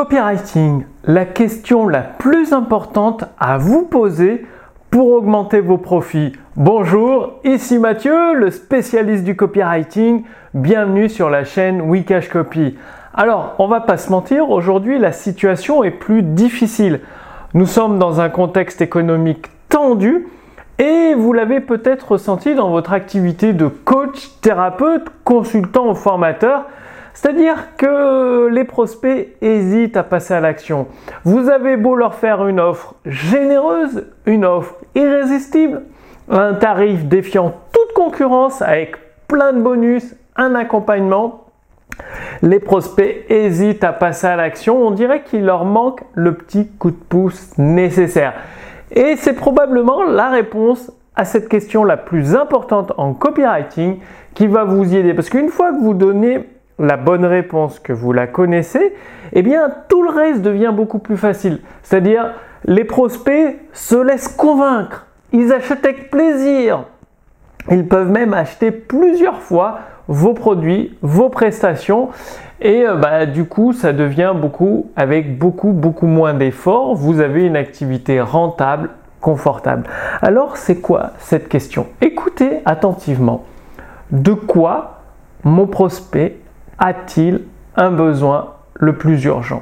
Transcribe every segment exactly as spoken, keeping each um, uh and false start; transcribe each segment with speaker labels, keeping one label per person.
Speaker 1: Copywriting, la question la plus importante à vous poser pour augmenter vos profits. Bonjour, ici Mathieu, le spécialiste du copywriting. Bienvenue sur la chaîne Wikash Copy. Alors, on va pas se mentir, aujourd'hui la situation est plus difficile. Nous sommes dans un contexte économique tendu et vous l'avez peut-être ressenti dans votre activité de coach, thérapeute, consultant ou formateur. C'est-à-dire que les prospects hésitent à passer à l'action. Vous avez beau leur faire une offre généreuse, une offre irrésistible, un tarif défiant toute concurrence avec plein de bonus, un accompagnement, les prospects hésitent à passer à l'action. On dirait qu'il leur manque le petit coup de pouce nécessaire. Et c'est probablement la réponse à cette question la plus importante en copywriting qui va vous y aider. Parce qu'une fois que vous donnez la bonne réponse, que vous la connaissez, eh bien tout le reste devient beaucoup plus facile. C'est-à-dire, les prospects se laissent convaincre, ils achètent avec plaisir. Ils peuvent même acheter plusieurs fois vos produits, vos prestations et euh, bah, du coup, ça devient beaucoup, avec beaucoup, beaucoup moins d'efforts. Vous avez une activité rentable, confortable. Alors, c'est quoi cette question? Écoutez attentivement. De quoi mon prospect a-t-il un besoin le plus urgent?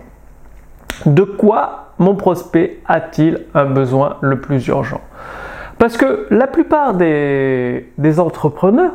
Speaker 1: De quoi mon prospect a-t-il un besoin le plus urgent? Parce que la plupart des, des entrepreneurs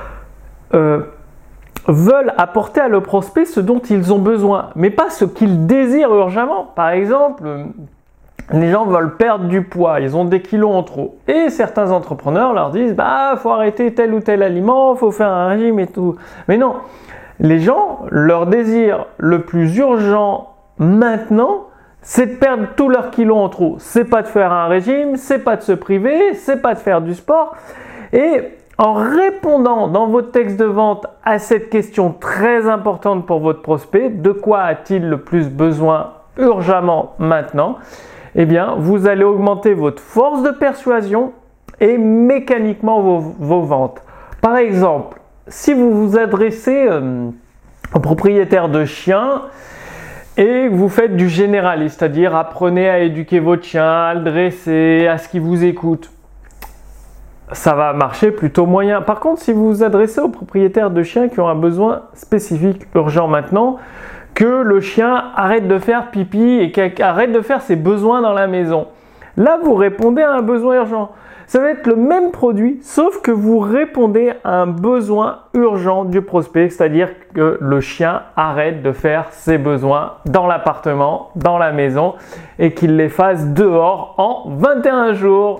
Speaker 1: euh, veulent apporter à leur prospect ce dont ils ont besoin, mais pas ce qu'ils désirent urgemment. Par exemple, les gens veulent perdre du poids, ils ont des kilos en trop. Et certains entrepreneurs leur disent « bah, faut arrêter tel ou tel aliment, faut faire un régime et tout. » Mais non, les gens, leur désir le plus urgent maintenant, c'est de perdre tous leurs kilos en trop. C'est pas de faire un régime, c'est pas de se priver, c'est pas de faire du sport. Et en répondant dans votre texte de vente à cette question très importante pour votre prospect, de quoi a-t-il le plus besoin urgemment maintenant? Eh bien, vous allez augmenter votre force de persuasion et mécaniquement vos, vos ventes. Par exemple, si vous vous adressez euh, aux propriétaires de chiens et que vous faites du généraliste, c'est-à-dire apprenez à éduquer votre chien, à le dresser, à ce qu'il vous écoute, ça va marcher plutôt moyen. Par contre, si vous vous adressez aux propriétaires de chiens qui ont un besoin spécifique, urgent maintenant, que le chien arrête de faire pipi et qu'il arrête de faire ses besoins dans la maison, là vous répondez à un besoin urgent. Ça va être le même produit, sauf que vous répondez à un besoin urgent du prospect, c'est-à-dire que le chien arrête de faire ses besoins dans l'appartement, dans la maison, et qu'il les fasse dehors en vingt et un jours.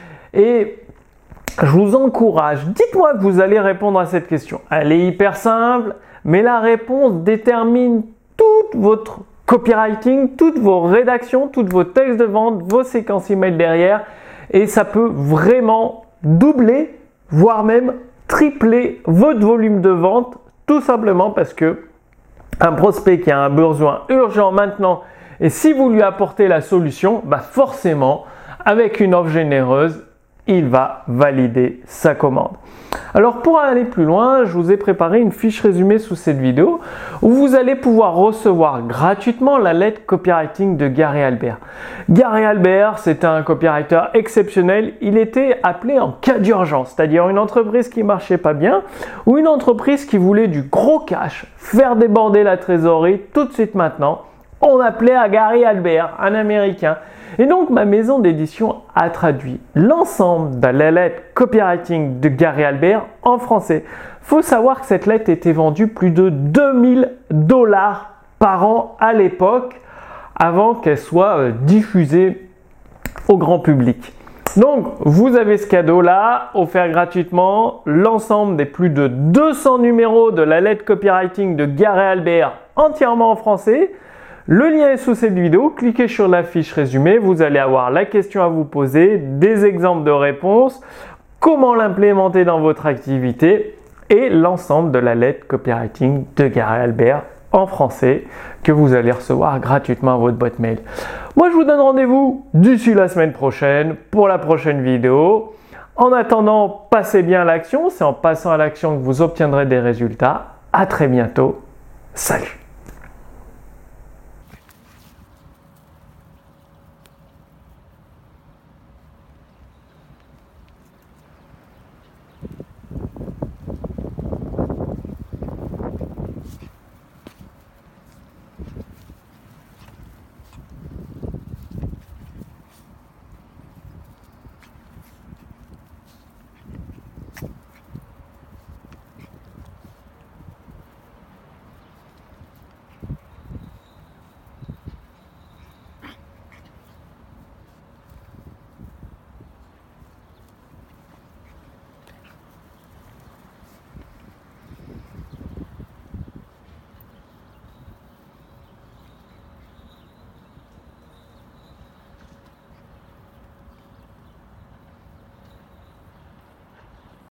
Speaker 1: Et je vous encourage, dites-moi que vous allez répondre à cette question. Elle est hyper simple, mais la réponse détermine tout votre copywriting, toutes vos rédactions, tous vos textes de vente, vos séquences email derrière. Et ça peut vraiment doubler, voire même tripler votre volume de vente, tout simplement parce que un prospect qui a un besoin urgent maintenant, et si vous lui apportez la solution, bah forcément, avec une offre généreuse, il va valider sa commande. Alors pour aller plus loin, je vous ai préparé une fiche résumée sous cette vidéo où vous allez pouvoir recevoir gratuitement la lettre copywriting de Gary Halbert. Gary Halbert, c'était un copywriter exceptionnel. Il était appelé en cas d'urgence, c'est-à-dire une entreprise qui marchait pas bien ou une entreprise qui voulait du gros cash, faire déborder la trésorerie tout de suite maintenant. On appelait à Gary Halbert, un Américain. Et donc, ma maison d'édition a traduit l'ensemble de la lettre copywriting de Gary Halbert en français. Il faut savoir que cette lettre était vendue plus de deux mille dollars par an à l'époque, avant qu'elle soit diffusée au grand public. Donc, vous avez ce cadeau-là, offert gratuitement, l'ensemble des plus de deux cents numéros de la lettre copywriting de Gary Halbert entièrement en français. Le lien est sous cette vidéo, cliquez sur la fiche résumée, vous allez avoir la question à vous poser, des exemples de réponses, comment l'implémenter dans votre activité et l'ensemble de la lettre copywriting de Gary Halbert en français que vous allez recevoir gratuitement à votre boîte mail. Moi je vous donne rendez-vous d'ici la semaine prochaine pour la prochaine vidéo. En attendant, passez bien à l'action, c'est en passant à l'action que vous obtiendrez des résultats. À très bientôt, salut!